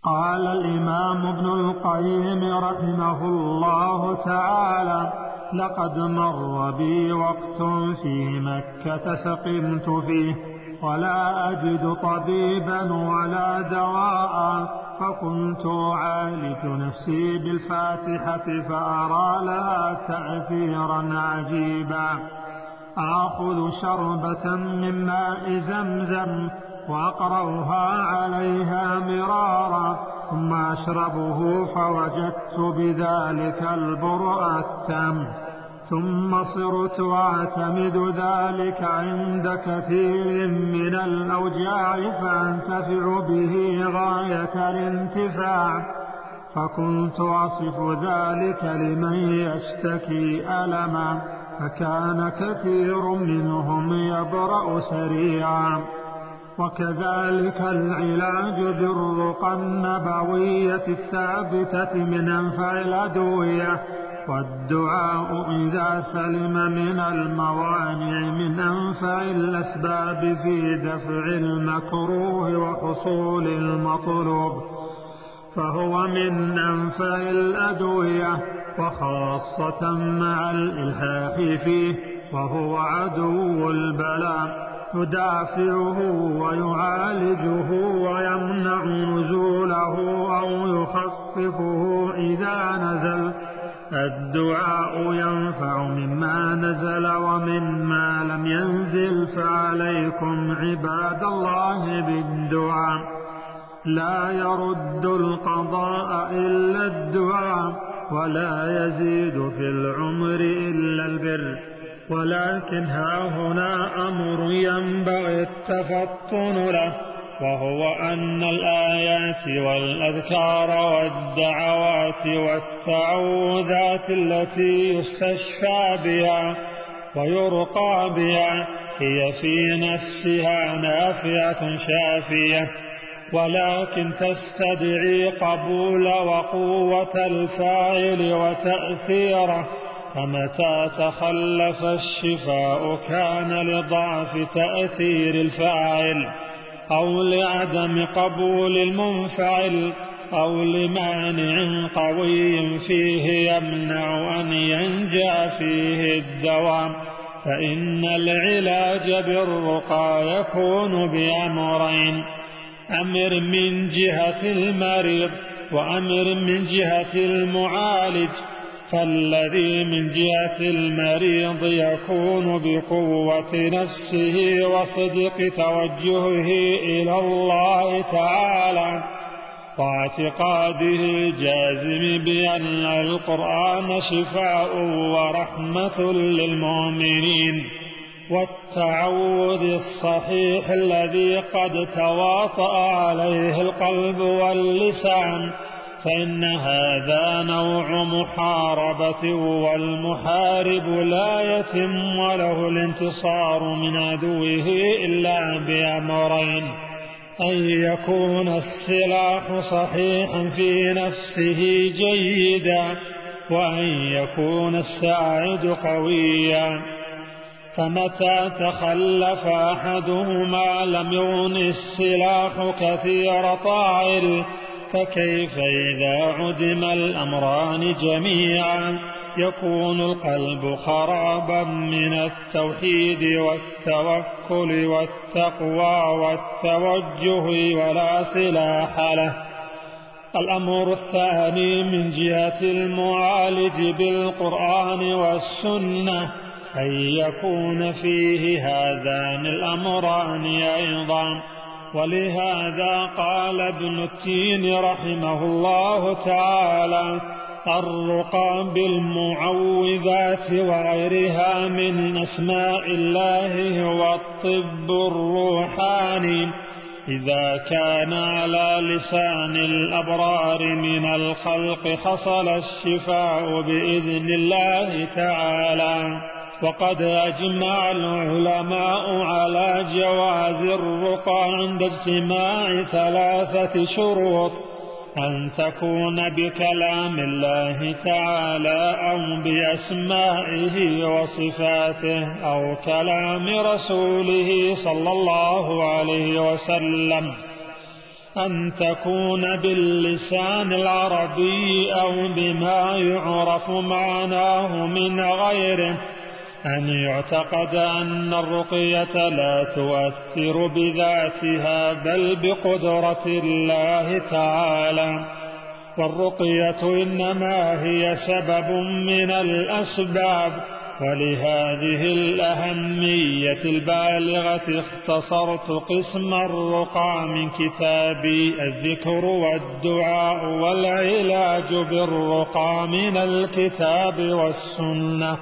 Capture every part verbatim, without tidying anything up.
قال الإمام ابن القيم رحمه الله تعالى: لقد مر بي وقت في مكة سقمت فيه ولا أجد طبيبا ولا دواء، فكنت أعالج نفسي بالفاتحة فأرى لها تأثيرا عجيبا. آخذ شربة من ماء زمزم وأقرأها عليها مرارا ثم أشربه فوجدت بذلك البرء التام، ثم صرت أعتمد ذلك عند كثير من الأوجاع فأنتفع به غاية الانتفاع، فكنت أصف ذلك لمن يشتكي ألما، فكان كثير منهم يبرأ سريعا. وكذلك العلاج بالرقى النبوية الثابتة من أنفع الأدوية، والدعاء إذا سلم من الموانع من أنفع الأسباب في دفع المكروه وحصول المطلوب، فهو من أنفع الأدوية، وخاصة مع الإلحاح فيه، وهو عدو البلاء، يدافعه ويعالجه ويمنع نزوله أو يخففه إذا نزل. الدعاء ينفع مما نزل ومما لم ينزل، فعليكم عباد الله بالدعاء، لا يرد القضاء إلا الدعاء، ولا يزيد في العمر إلا البر. ولكن ها هنا أمر ينبغي التفطن له، وهو أن الآيات والأذكار والدعوات والتعوذات التي يستشفى بها ويرقى بها هي في نفسها نافعة شافية، ولكن تستدعي قبول وقوة الفاعل وتأثيره، فمتى تخلف الشفاء كان لضعف تأثير الفاعل أو لعدم قبول المنفعل أو لمانع قوي فيه يمنع أن ينجع فيه الدواء. فإن العلاج بالرقى يكون بأمرين: أمر من جهة المريض وأمر من جهة المعالج. فالذي من جهة المريض يكون بقوة نفسه وصدق توجهه إلى الله تعالى واعتقاده الجازم بأن القرآن شفاء ورحمة للمؤمنين، والتعوذ الصحيح الذي قد تواطأ عليه القلب واللسان، فإن هذا نوع محاربة، والمحارب لا يتم له الانتصار من عدوه إلا بأمرين: أن يكون السلاح صحيحا في نفسه جيدا، وأن يكون الساعد قويا. فمتى تخلف أحدهما لم يغن السلاح كثير طاعل، فكيف إذا عدم الأمران جميعا؟ يكون القلب خرابا من التوحيد والتوكل والتقوى والتوجه ولا سلاح له. الأمر الثاني من جهة المعالج بالقرآن والسنة أن يكون فيه هذان الأمران أيضا. ولهذا قال ابن التين رحمه الله تعالى: الرقى بالمعوذات وغيرها من أسماء الله هو الطب الروحاني، إذا كان على لسان الأبرار من الخلق حصل الشفاء بإذن الله تعالى. وقد أجمع العلماء على جواز الرقى عند اجتماع ثلاثة شروط: أن تكون بكلام الله تعالى أو بأسمائه وصفاته أو كلام رسوله صلى الله عليه وسلم، أن تكون باللسان العربي أو بما يعرف معناه من غيره، أن يعتقد أن الرقية لا تؤثر بذاتها بل بقدرة الله تعالى، والرقية إنما هي سبب من الأسباب. ولهذه الأهمية البالغة اختصرت قسم الرقى من كتابي الذكر والدعاء والعلاج بالرقى من الكتاب والسنة،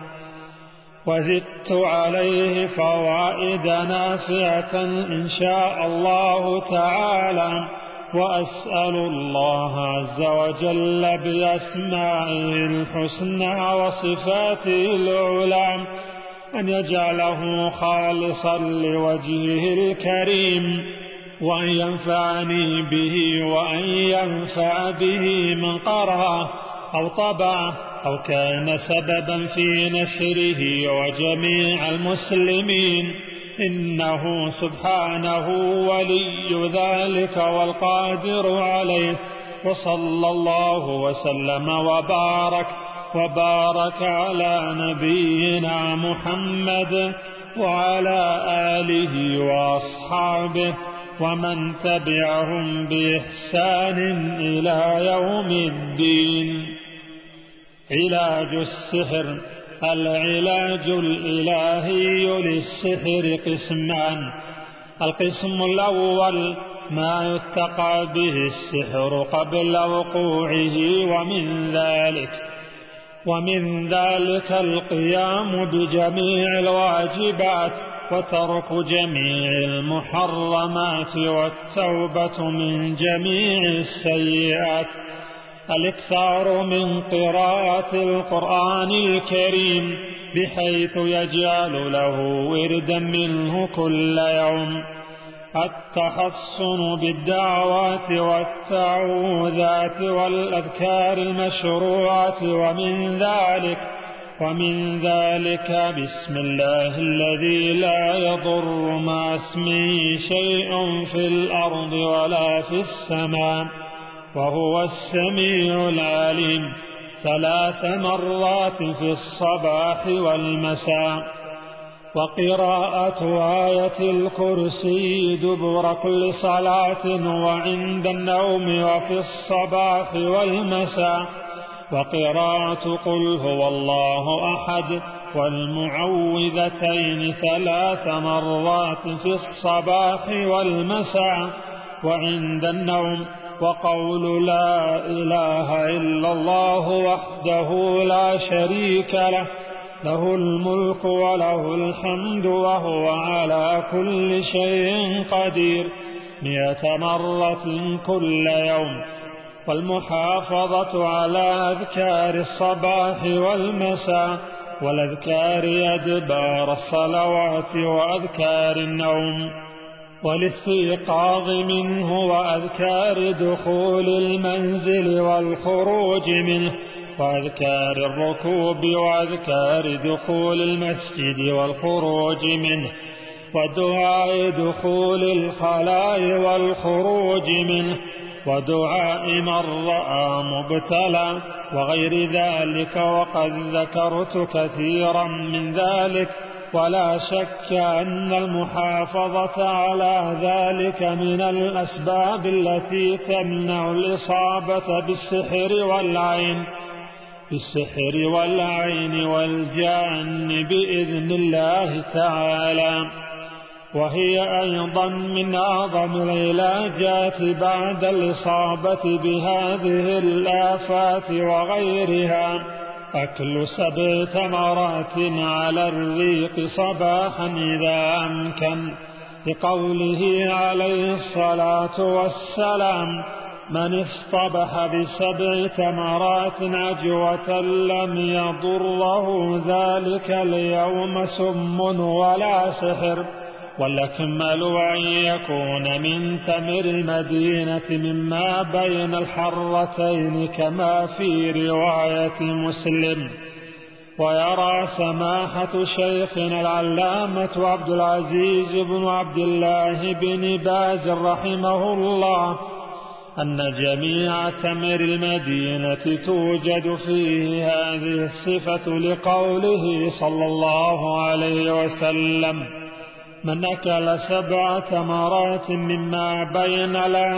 وزدت عليه فوائد نافعة إن شاء الله تعالى. وأسأل الله عز وجل بأسمائه الحسنى وصفاته العلى أن يجعله خالصا لوجهه الكريم، وأن ينفعني به وأن ينفع به من قرأه أو طبعه أو كان سببا في نشره وجميع المسلمين، إنه سبحانه ولي ذلك والقادر عليه. وصلى الله وسلم وبارك وبارك على نبينا محمد وعلى آله وأصحابه ومن تبعهم بإحسان إلى يوم الدين. علاج السحر. العلاج الإلهي للسحر قسمان: القسم الأول ما يتقى به السحر قبل وقوعه، ومن ذلك ومن ذلك القيام بجميع الواجبات وترك جميع المحرمات والتوبة من جميع السيئات. الإكثار من قراءة القرآن الكريم بحيث يجعل له وردا منه كل يوم. التحصن بالدعوات والتعوذات والأذكار المشروعة، ومن ذلك ومن ذلك بسم الله الذي لا يضر مع اسمه شيء في الأرض ولا في السماء وهو السميع العليم ثلاث مرات في الصباح والمساء. وقراءة آية الكرسي دبر كل صلاة وعند النوم وفي الصباح والمساء. وقراءة قل هو الله أحد والمعوذتين ثلاث مرات في الصباح والمساء وعند النوم. وقول لا إله إلا الله وحده لا شريك له له الملك وله الحمد وهو على كل شيء قدير مئة مرة كل يوم. والمحافظة على أذكار الصباح والمساء والأذكار أدبار الصلوات وأذكار النوم والاستيقاظ منه وأذكار دخول المنزل والخروج منه وأذكار الركوب وأذكار دخول المسجد والخروج منه ودعاء دخول الخلاء والخروج منه ودعاء من رأى مبتلى وغير ذلك. وقد ذكرت كثيرا من ذلك، ولا شك أن المحافظة على ذلك من الأسباب التي تمنع الإصابة بالسحر والعين بالسحر والعين والجن بإذن الله تعالى. وهي أيضا من أعظم العلاجات بعد الإصابة بهذه الآفات وغيرها أكل سبع تمرات على الريق صباحا إذا أمكن، لقوله عليه الصلاة والسلام: من اصطبح بسبع تمرات عجوة لم يضره ذلك اليوم سم ولا سحر. والأكمل أن يكون من تمر المدينة مما بين الحرتين كما في رواية مسلم. ويرى سماحة شيخنا العلامة عبد العزيز بن عبد الله بن باز رحمه الله أن جميع تمر المدينة توجد فيه هذه الصفة لقوله صلى الله عليه وسلم: من أكل سبع ثمرات مما بين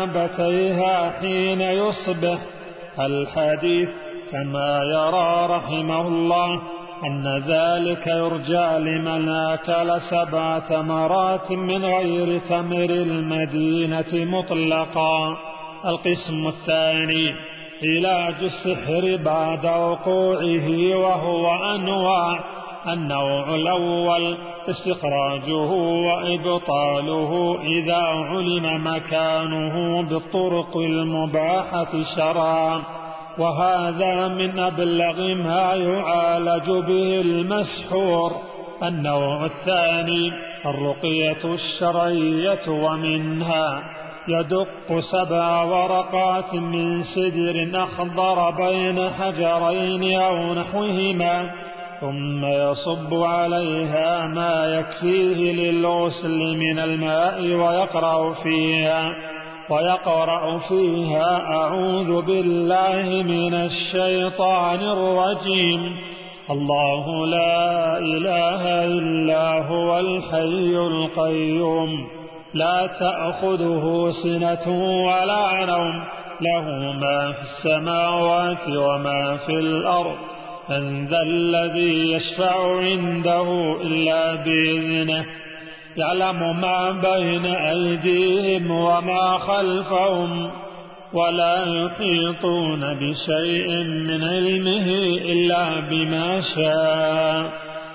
لابتيها حين يصبح. الحديث. كما يرى رحمه الله أن ذلك يرجى لمن أكل سبع ثمرات من غير تمر المدينة مطلقا. القسم الثاني: علاج السحر بعد وقوعه، وهو أنواع. النوع الأول: استخراجه وإبطاله إذا علم مكانه بالطرق المباحة شرعا، وهذا من أبلغ ما يعالج به المسحور. النوع الثاني: الرقية الشرعية، ومنها يدق سبع ورقات من سدر أخضر بين حجرين أو نحوهما، ثم يصب عليها ما يكفيه للغسل من الماء ويقرأ فيها ويقرأ فيها أعوذ بالله من الشيطان الرجيم، الله لا إله إلا هو الحي القيوم، لا تأخذه سنة ولا نوم، له ما في السماوات وما في الأرض، من ذا الذي يشفع عنده إلا بإذنه، يعلم ما بين أيديهم وما خلفهم، ولا يحيطون بشيء من علمه إلا بما شاء،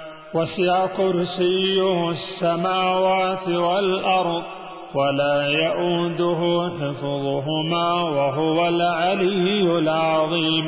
وسع كرسيه السماوات والأرض، ولا يؤوده حفظهما، وهو العلي العظيم.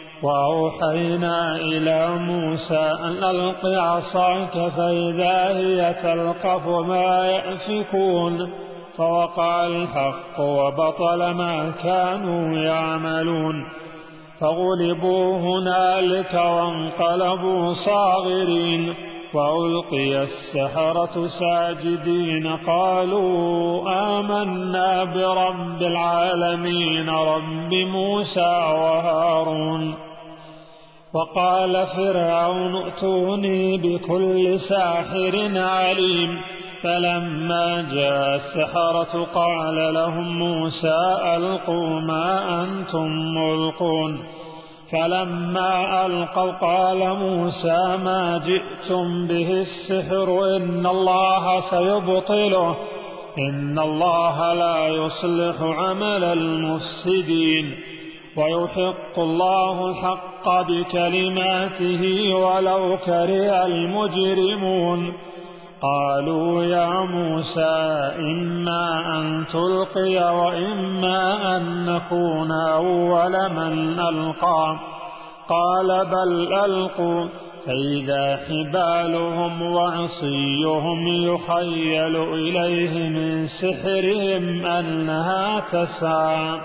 وأوحينا إلى موسى أن ألق عصاك فإذا هي تلقف ما يأفكون، فوقع الحق وبطل ما كانوا يعملون، فغلبوا هنالك وانقلبوا صاغرين، وألقي السحرة ساجدين، قالوا آمنا برب العالمين رب موسى وهارون. وقال فرعون ائتوني بكل ساحر عليم، فلما جاء السحرة قال لهم موسى ألقوا ما أنتم ملقون، فلما ألقوا قال موسى ما جئتم به السحر إن الله سيبطله، إن الله لا يصلح عمل المفسدين، ويحق الله الحق بكلماته ولو كره المجرمون. قالوا يا موسى إما أن تلقي وإما أن نكون أول من ألقى، قال بل ألقوا، فإذا حبالهم وعصيهم يخيل إليه من سحرهم أنها تسعى،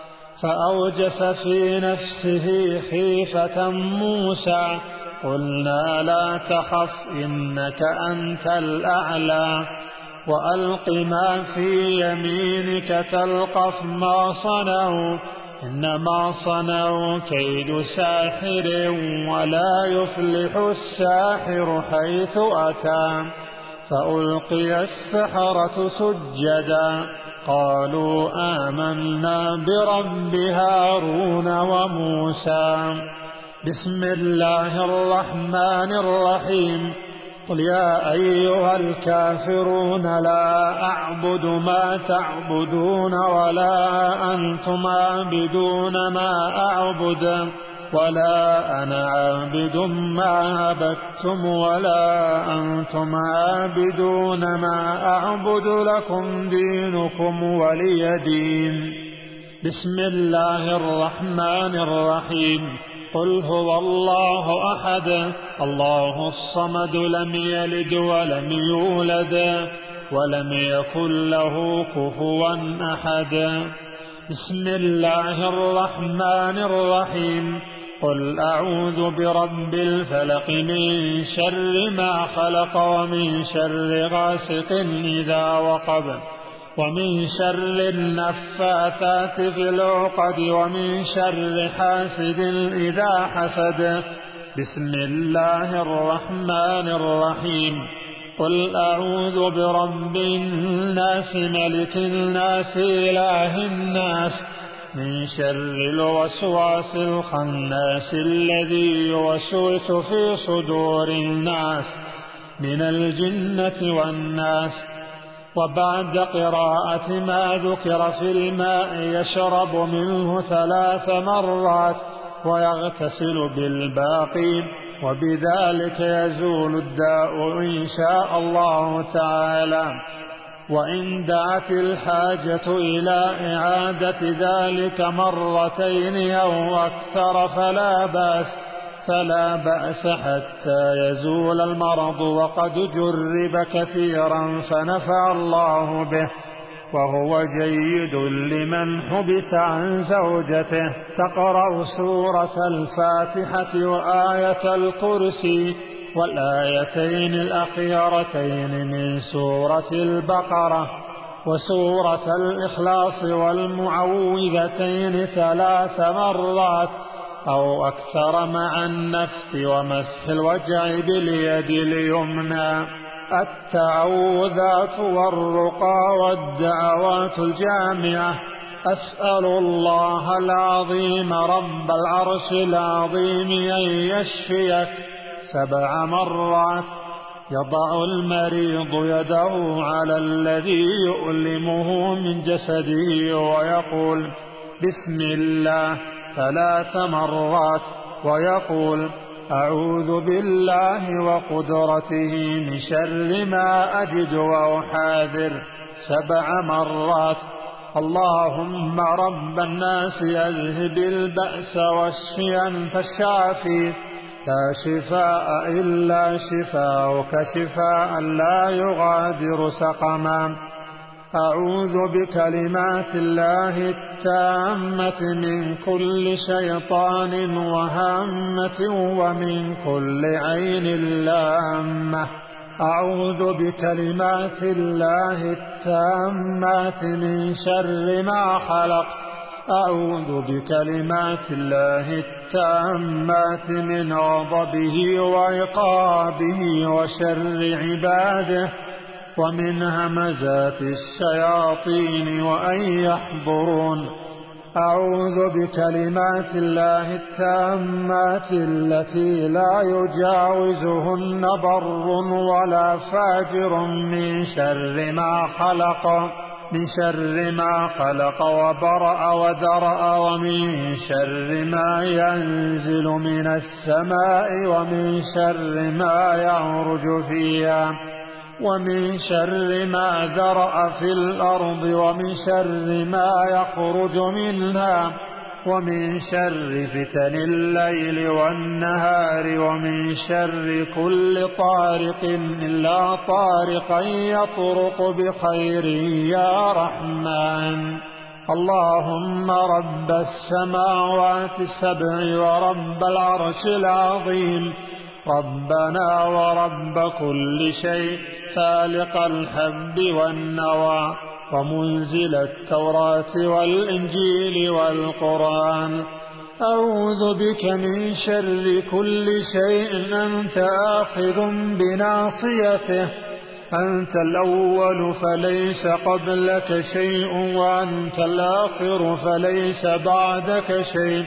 فأوجس في نفسه خيفة موسى، قلنا لا تخف إنك أنت الأعلى، وألق ما في يمينك تلقف ما صنعوا، إنما صنعوا كيد ساحر، ولا يفلح الساحر حيث أتى. فألقي السحرة سجدا، قالوا آمنا برب هارون وموسى. بسم الله الرحمن الرحيم. قل يا أيها الكافرون لا أعبد ما تعبدون ولا أنتم عابدون ما أعبد ولا أنا عابد ما عبدتم ولا أنتم عابدون ما أعبد، لكم دينكم ولي دين. بسم الله الرحمن الرحيم. قل هو الله أحد الله الصمد لم يلد ولم يولد ولم يكن له كفوا أحد. بسم الله الرحمن الرحيم. قل أعوذ برب الفلق من شر ما خلق ومن شر غاسق إذا وقب ومن شر النفاثات في العقد ومن شر حاسد إذا حسد. بسم الله الرحمن الرحيم. قل أعوذ برب الناس ملك الناس إله الناس من شر الوسواس الخناس الذي يوسوس في صدور الناس من الجنة والناس. وبعد قراءة ما ذكر في الماء يشرب منه ثلاث مرات ويغتسل بالباقي، وبذلك يزول الداء إن شاء الله تعالى. وإن دعت الحاجة إلى إعادة ذلك مرتين أو أكثر فلا بأس فلا بأس حتى يزول المرض، وقد جرب كثيرا فنفع الله به، وهو جيد لمن حبس عن زوجته. تقرأ سورة الفاتحة وآية الكرسي والآيتين الأخيرتين من سورة البقرة وسورة الإخلاص والمعوذتين ثلاث مرات أو أكثر مع النفث ومسح الوجع باليد اليمنى. التعوذات والرقى والدعوات الجامعة. أسأل الله العظيم رب العرش العظيم أن يشفيك سبع مرات. يضع المريض يده على الذي يؤلمه من جسده ويقول بسم الله ثلاث مرات، ويقول أعوذ بالله وقدرته من شر ما أجد وأحاذر سبع مرات. اللهم رب الناس أذهب البأس واشف أنت الشافي لا شفاء إلا شفاؤك شفاء لا يغادر سقما. أعوذ بكلمات الله التامة من كل شيطان وهامة ومن كل عين لامة. أعوذ بكلمات الله التامات من شر ما خلق. أعوذ بكلمات الله التامات من غضبه وعقابه وشر عباده ومن همزات الشياطين وأن يحضرون. أعوذ بكلمات الله التامات التي لا يجاوزهن بر ولا فاجر من شر ما خلق من شر ما خلق وبرأ وذرأ ومن شر ما ينزل من السماء ومن شر ما يعرج فيها ومن شر ما ذرأ في الأرض ومن شر ما يخرج منها ومن شر فتن الليل والنهار ومن شر كل طارق إلا طارقا يطرق بخير يا رحمن. اللهم رب السماوات السبع ورب العرش العظيم، ربنا ورب كل شيء، فالق الحب والنوى ومنزل التوراة والإنجيل والقرآن. أعوذ بك من شر كل شيء أنت آخذ بناصيته، أنت الأول فليس قبلك شيء وأنت الآخر فليس بعدك شيء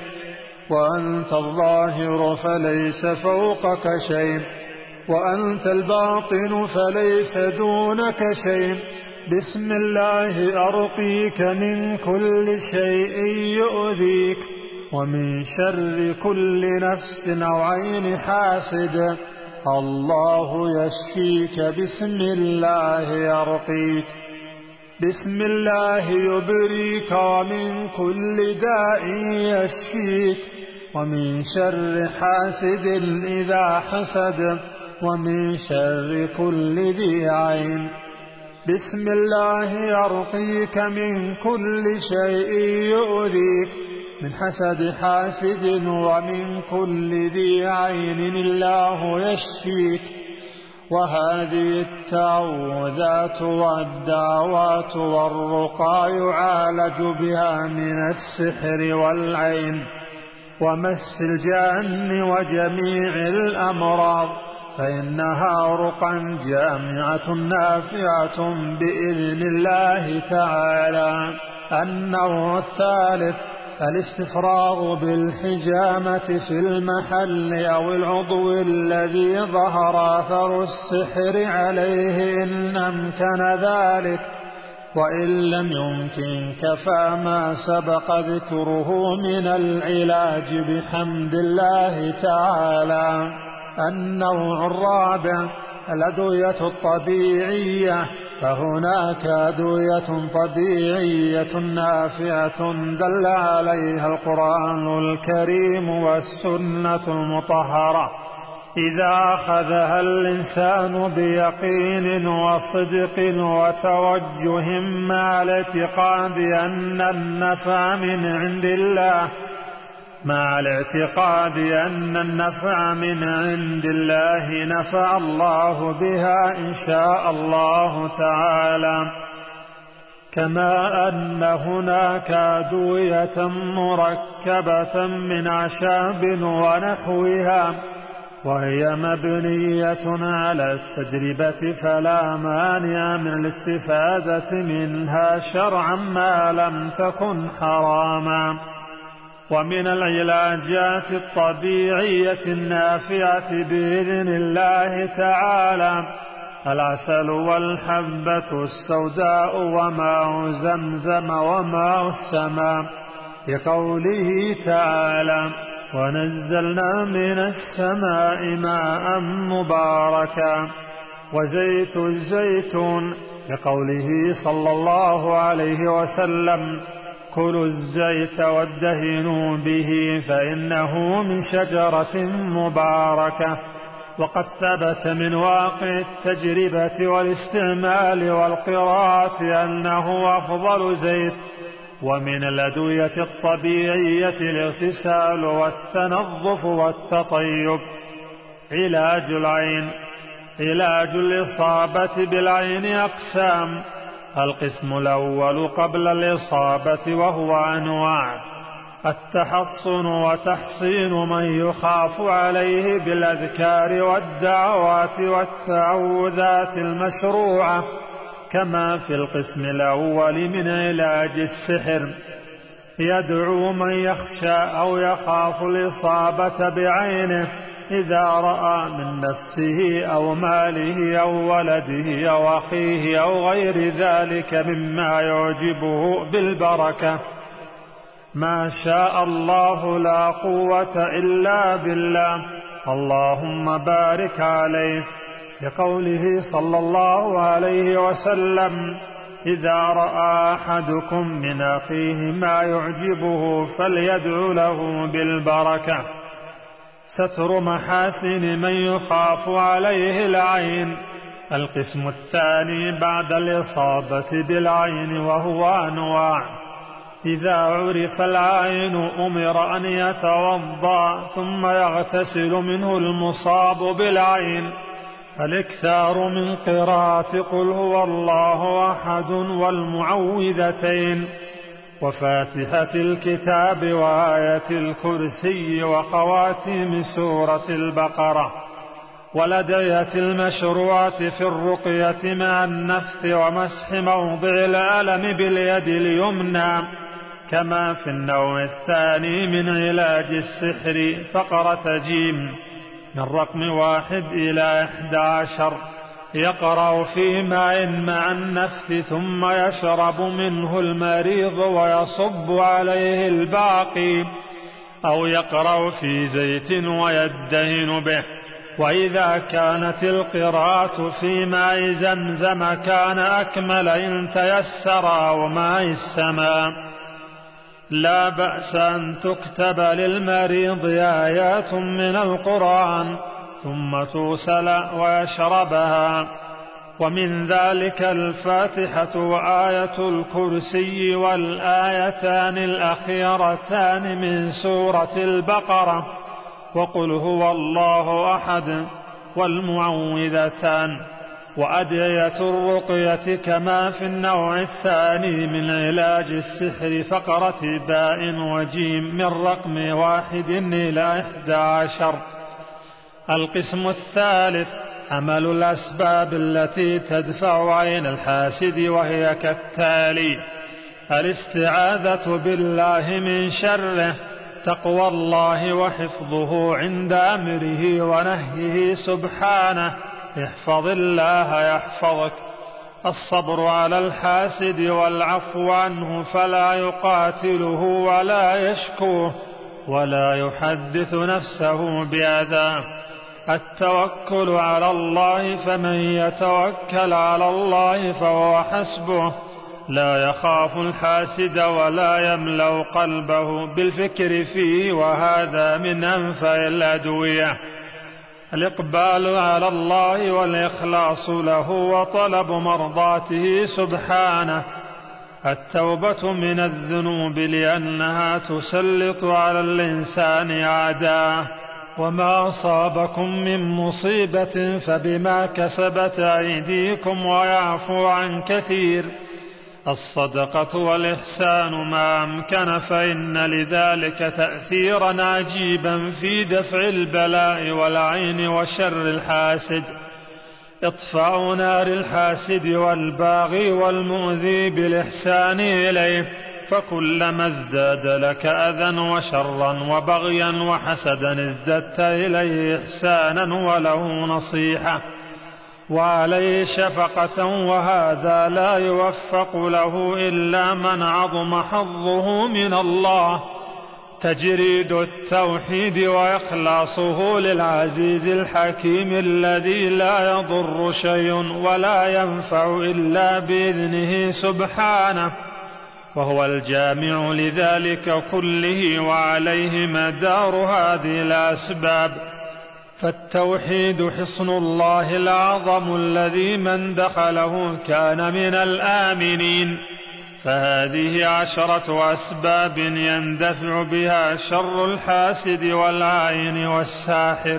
وأنت الظاهر فليس فوقك شيء وأنت الباطن فليس دونك شيء. بسم الله أرقيك من كل شيء يؤذيك ومن شر كل نفس أو عين حاسد. الله يشفيك بسم الله يرقيك. بسم الله يبريك ومن كل داء يشفيك ومن شر حاسد إذا حسد ومن شر كل ذي عين. بسم الله يرقيك من كل شيء يؤذيك من حسد حاسد ومن كل ذي عين الله يشفيك. وهذه التعوذات والدعوات والرقى يعالج بها من السحر والعين ومس الجن وجميع الأمراض، فإنها رقى جامعة نافعة بإذن الله تعالى. النوع الثالث الاستفراغ بالحجامة في المحل أو العضو الذي ظهر أثر السحر عليه إن أمكن ذلك، وإن لم يمكن كفى ما سبق ذكره من العلاج بحمد الله تعالى. النوع الرابع الأدوية الطبيعية، فهناك أدوية طبيعية نافعة دل عليها القرآن الكريم والسنة المطهرة، إذا أخذها الإنسان بيقين وصدق وتوجه مع الاعتقاد أن النفع من عند الله مع الاعتقاد أن النفع من عند الله نفع الله بها إن شاء الله تعالى. كما أن هناك أدوية مركبة من أعشاب ونحوها وهي مبنية على التجربة، فلا مانع من الاستفادة منها شرعا ما لم تكن حراما. ومن العلاجات الطبيعية النافعة بإذن الله تعالى العسل والحبة السوداء وماء زمزم وماء السماء، لقوله تعالى ونزلنا من السماء ماء مباركا، وزيت الزيتون لقوله صلى الله عليه وسلم كلوا الزيت وادهنوا به فإنه من شجرة مباركة. وقد ثبت من واقع التجربة والاستعمال والقراءة أنه أفضل زيت. ومن الأدوية الطبيعية الاغتسال والتنظف والتطيب. علاج العين. علاج الإصابة بالعين أقسام: القسم الأول قبل الإصابة وهو أنواع: التحصن وتحصين من يخاف عليه بالأذكار والدعوات والتعوذات المشروعة، كما في القسم الأول من علاج السحر، يدعو من يخشى أو يخاف الإصابة بعينه إذا رأى من نفسه أو ماله أو ولده أو أخيه أو غير ذلك مما يعجبه بالبركة. ما شاء الله لا قوة إلا بالله، اللهم بارك عليه، لقوله صلى الله عليه وسلم إذا رأى أحدكم من أخيه ما يعجبه فليدعو له بالبركة. ستر محاسن من يخاف عليه العين. القسم الثاني بعد الإصابة بالعين وهو أنواع: إذا عرف العين أمر أن يتوضأ ثم يغتسل منه المصاب بالعين. الاكثار من قراءة قل هو الله أحد والمعوذتين وفاتحة الكتاب وآية الكرسي وخواتيم سورة البقرة. والأدعية المشروعة في الرقية مع النفث ومسح موضع الألم باليد اليمنى، كما في النوع الثاني من علاج السحر فقرة جيم من رقم واحد إلى إحدى عشر، يقرأ في ماء مع النفث ثم يشرب منه المريض ويصب عليه الباقي، أو يقرأ في زيت ويدهن به. وإذا كانت القراءة في ماء زمزم كان أكمل إن تيسر، أو ماء السماء. لا بأس أن تكتب للمريض آيات من القرآن ثم توصل ويشربها، ومن ذلك الفاتحة وآية الكرسي والآيتان الأخيرتان من سورة البقرة وقل هو الله أحد، والمعوذتان. وأدعية الرقية كما في النوع الثاني من علاج السحر فقرة باء وجيم من رقم واحد إلى إحدى عشر. القسم الثالث عمل الأسباب التي تدفع عين الحاسد، وهي كالتالي: الاستعاذة بالله من شره، تقوى الله وحفظه عند أمره ونهيه سبحانه، احفظ الله يحفظك. الصبر على الحاسد والعفو عنه فلا يقاتله ولا يشكوه ولا يحدث نفسه بأذاه. التوكل على الله، فمن يتوكل على الله فهو حسبه، لا يخاف الحاسد ولا يملأ قلبه بالفكر فيه، وهذا من أنفع الأدوية. الإقبال على الله والإخلاص له وطلب مرضاته سبحانه. التوبة من الذنوب لأنها تسلط على الإنسان أعداءه. وما أصابكم من مصيبة فبما كسبت أيديكم ويعفو عن كثير. الصدقة والإحسان ما أمكن، فإن لذلك تأثيرا عجيبا في دفع البلاء والعين وشر الحاسد. اطفاء نار الحاسد والباغي والمؤذي بالإحسان إليه، فكلما ازداد لك أذى وشرا وبغيا وحسدا ازددت إليه إحسانا وله نصيحة وعليه شفقة، وهذا لا يوفق له إلا من عظم حظه من الله. تجريد التوحيد وإخلاصه للعزيز الحكيم الذي لا يضر شيء ولا ينفع إلا بإذنه سبحانه، وهو الجامع لذلك كله، وعليه مدار هذه الأسباب. فالتوحيد حصن الله الأعظم الذي من دخله كان من الآمنين. فهذه عشرة أسباب يندفع بها شر الحاسد والعين والساحر.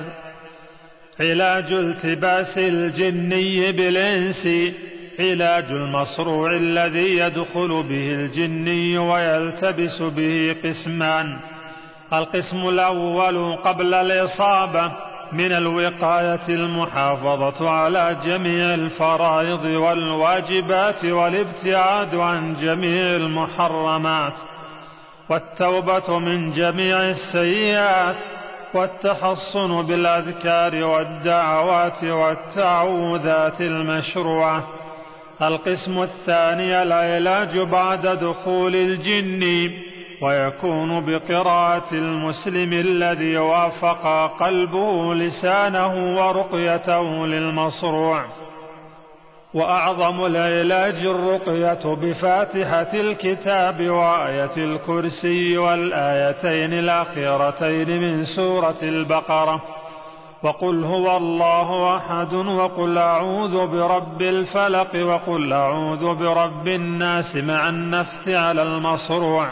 علاج التباس الجني بالإنس. علاج المصروع الذي يدخل به الجني ويلتبس به قسمان. القسم الأول قبل الإصابة من الوقاية المحافظة على جميع الفرائض والواجبات والابتعاد عن جميع المحرمات، والتوبة من جميع السيئات، والتحصن بالأذكار والدعوات والتعوذات المشروعة. القسم الثاني العلاج بعد دخول الجن، ويكون بقراءة المسلم الذي وافق قلبه لسانه ورقيته للمصروع. وأعظم العلاج الرقية بفاتحة الكتاب وآية الكرسي والآيتين الأخيرتين من سورة البقرة، وقل هو الله أحد، وقل أعوذ برب الفلق، وقل أعوذ برب الناس مع النفث على المصروع،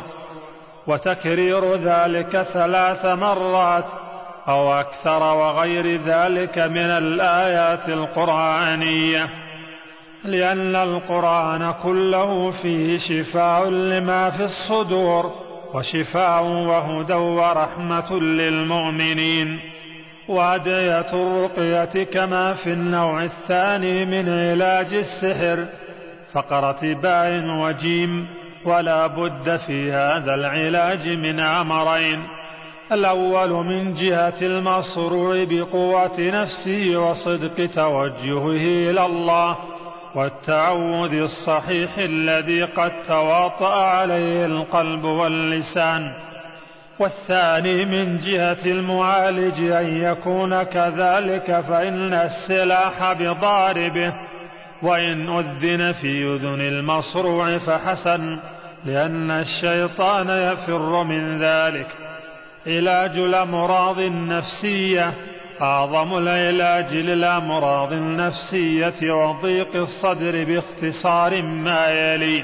وتكرير ذلك ثلاث مرات أو أكثر، وغير ذلك من الآيات القرآنية، لأن القرآن كله فيه شفاء لما في الصدور وشفاء وهدى ورحمة للمؤمنين. وأدعية الرقية كما في النوع الثاني من علاج السحر، فقرة باء وجيم. ولا بد في هذا العلاج من أمرين: الأول من جهة المصروع بقوة نفسه وصدق توجهه إلى الله والتعوذ الصحيح الذي قد تواطأ عليه القلب واللسان. والثاني من جهة المعالج أن يكون كذلك، فإن السلاح بضاربه، وإن أذن في أذن المصروع فحسن، لأن الشيطان يفر من ذلك. علاج الأمراض النفسية. أعظم العلاج للأمراض النفسية وضيق الصدر باختصار ما يلي: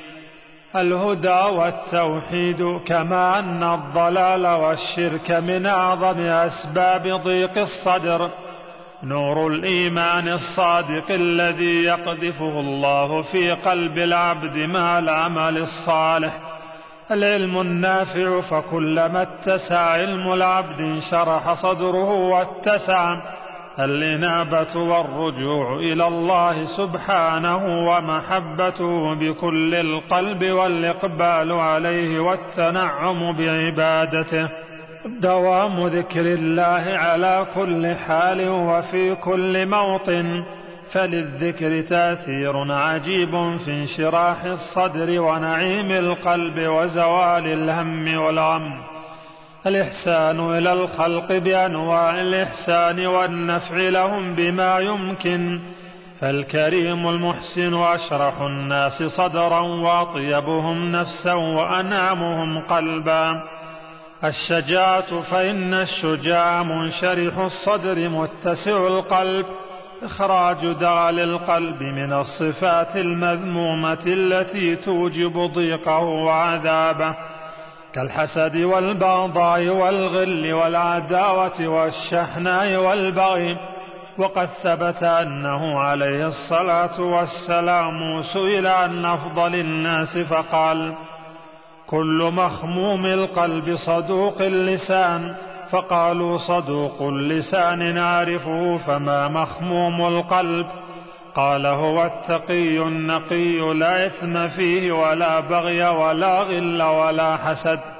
الهدى والتوحيد، كما أن الضلال والشرك من أعظم أسباب ضيق الصدر. نور الإيمان الصادق الذي يقذفه الله في قلب العبد مع العمل الصالح. العلم النافع، فكلما اتسع علم العبد انشرح صدره واتسع الإنابة والرجوع إلى الله سبحانه ومحبته بكل القلب والإقبال عليه والتنعم بعبادته. دوام ذكر الله على كل حال وفي كل موطن، فللذكر تأثير عجيب في انشراح الصدر ونعيم القلب وزوال الهم والغم. الإحسان إلى الخلق بأنواع الإحسان والنفع لهم بما يمكن، فالكريم المحسن أشرح الناس صدرا وأطيبهم نفسا وأنعمهم قلبا. الشجاعة، فإن الشجاع منشرح الصدر متسع القلب، إخراج دغل القلب من الصفات المذمومة التي توجب ضيقه وعذابه، كالحسد والبغضاء والغل والعداوة والشحناء والبغي. وقد ثبت أنه عليه الصلاة والسلام سئل عن أفضل الناس فقال: كل مخموم القلب صدوق اللسان. فقالوا: صدوق اللسان نعرفه، فما مخموم القلب؟ قال: هو التقي النقي لا إثم فيه ولا بغي ولا غل ولا حسد.